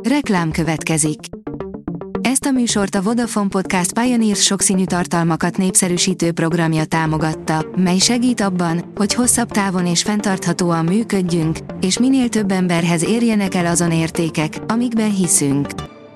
Reklám következik. Ezt a műsort a Vodafone Podcast Pioneers sokszínű tartalmakat népszerűsítő programja támogatta, mely segít abban, hogy hosszabb távon és fenntarthatóan működjünk, és minél több emberhez érjenek el azon értékek, amikben hiszünk.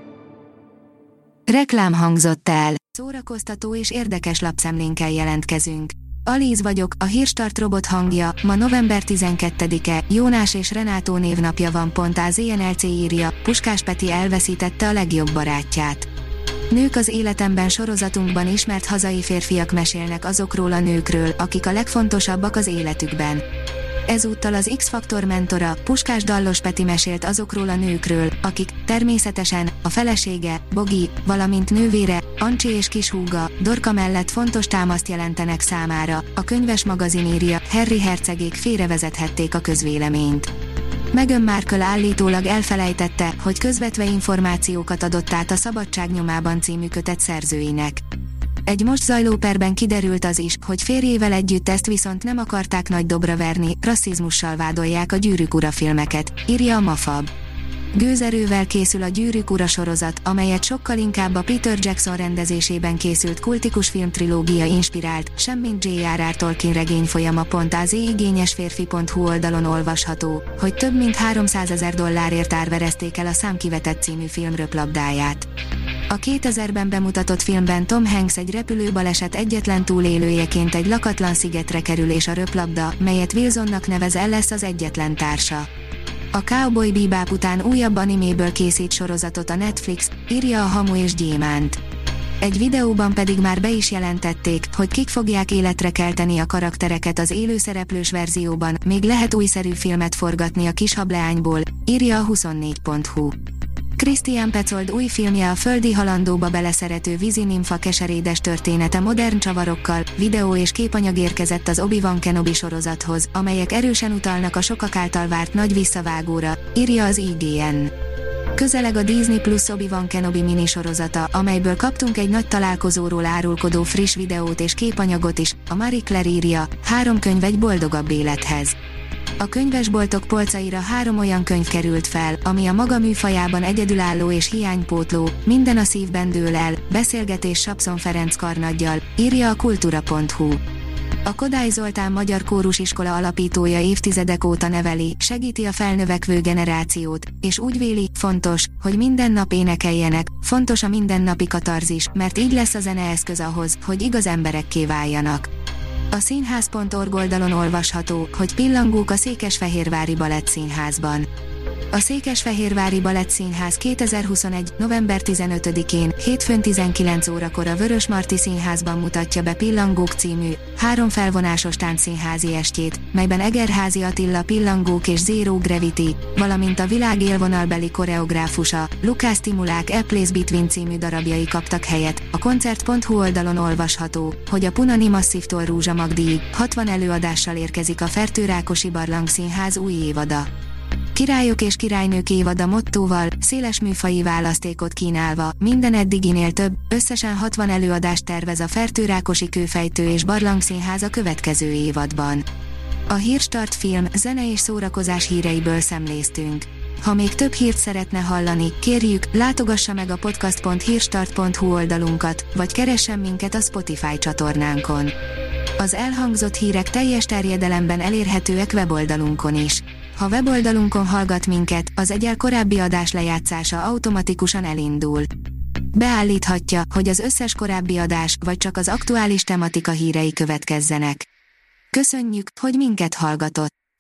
Reklám hangzott el. Szórakoztató és érdekes lapszemlénkkel jelentkezünk. Alíz vagyok, a Hírstart robot hangja. Ma november 12-e, Jónás és Renátó névnapja van. Az ENLC írja, Puskás Peti elveszítette a legjobb barátját. Nők az életemben sorozatunkban ismert hazai férfiak mesélnek azokról a nőkről, akik a legfontosabbak az életükben. Ezúttal az X-faktor mentora, Puskás Dallos Peti mesélt azokról a nőkről, akik, természetesen, a felesége, Bogi, valamint nővére, Ancsi és kishúga, Dorka mellett fontos támaszt jelentenek számára. A könyves magazin írja, Harry hercegék félrevezethették a közvéleményt. Meghan Markle állítólag elfelejtette, hogy közvetve információkat adott át a Szabadság nyomában című kötet szerzőinek. Egy most zajló perben kiderült az is, hogy férjével együtt ezt viszont nem akarták nagy dobra verni, rasszizmussal vádolják a Gyűrűk ura filmeket, írja a Mafab. Gőzerővel készül a Gyűrűk ura sorozat, amelyet sokkal inkább a Peter Jackson rendezésében készült kultikus filmtrilógia inspirált, semmint J.R.R. Tolkien regényfolyama. Az igényesférfi.hu oldalon olvasható, hogy több mint $300,000 árverezték el a Számkivetett című film röplabdáját. A 2000-ben bemutatott filmben Tom Hanks egy repülőbaleset egyetlen túlélőjeként egy lakatlan szigetre kerül, és a röplabda, melyet Wilsonnak nevez el, lesz az egyetlen társa. A Cowboy Bebop után újabb animéből készít sorozatot a Netflix, írja a Hamu és Gyémánt. Egy videóban pedig már be is jelentették, hogy kik fogják életre kelteni a karaktereket az élőszereplős verzióban, még lehet újszerű filmet forgatni a kishableányból, írja a 24.hu. Christian Petzold új filmje a földi halandóba beleszerető vízinimfa keserédes története modern csavarokkal, videó és képanyag érkezett az Obi-Wan Kenobi sorozathoz, amelyek erősen utalnak a sokak által várt nagy visszavágóra, írja az IGN. Közeleg a Disney Plus Obi-Wan Kenobi minisorozata, amelyből kaptunk egy nagy találkozóról árulkodó friss videót és képanyagot is, a Marie Claire írja, 3 könyv egy boldogabb élethez. A könyvesboltok polcaira 3 olyan könyv került fel, ami a maga műfajában egyedülálló és hiánypótló, Minden a szívben dől el, beszélgetés Sapszon Ferenc Karnaggyal, írja a kultura.hu. A Kodály Zoltán Magyar Kórusiskola alapítója évtizedek óta neveli, segíti a felnövekvő generációt, és úgy véli, fontos, hogy minden nap énekeljenek, fontos a mindennapi katarzis, mert így lesz a zene eszköz ahhoz, hogy igaz emberekké váljanak. A színház.org oldalon olvasható, hogy pillangók a Székesfehérvári Balettszínházban. A Székesfehérvári Balettszínház 2021. november 15-én, hétfőn 19 órakor a Vörösmarty Színházban mutatja be Pillangók című, 3 felvonásos táncszínházi estjét, melyben Egerházy Attila pillangók és Zero Gravity, valamint a világ élvonalbeli koreográfusa, Lukács Timulák A Place Between című darabjai kaptak helyet. A koncert.hu oldalon olvasható, hogy a Punani Masszívtól Rúzsa Magdíig 60 előadással érkezik a Fertőrákosi Barlangszínház új évada. Királyok és királynők évada mottóval, széles műfaji választékot kínálva, minden eddiginél több, összesen 60 előadást tervez a Fertőrákosi Kőfejtő és Barlangszínház a következő évadban. A Hírstart film, zene és szórakozás híreiből szemléztünk. Ha még több hírt szeretne hallani, kérjük, látogassa meg a podcast.hírstart.hu oldalunkat, vagy keressen minket a Spotify csatornánkon. Az elhangzott hírek teljes terjedelemben elérhetőek weboldalunkon is. Ha weboldalunkon hallgat minket, az egyel korábbi adás lejátszása automatikusan elindul. Beállíthatja, hogy az összes korábbi adás, vagy csak az aktuális tematika hírei következzenek. Köszönjük, hogy minket hallgatott!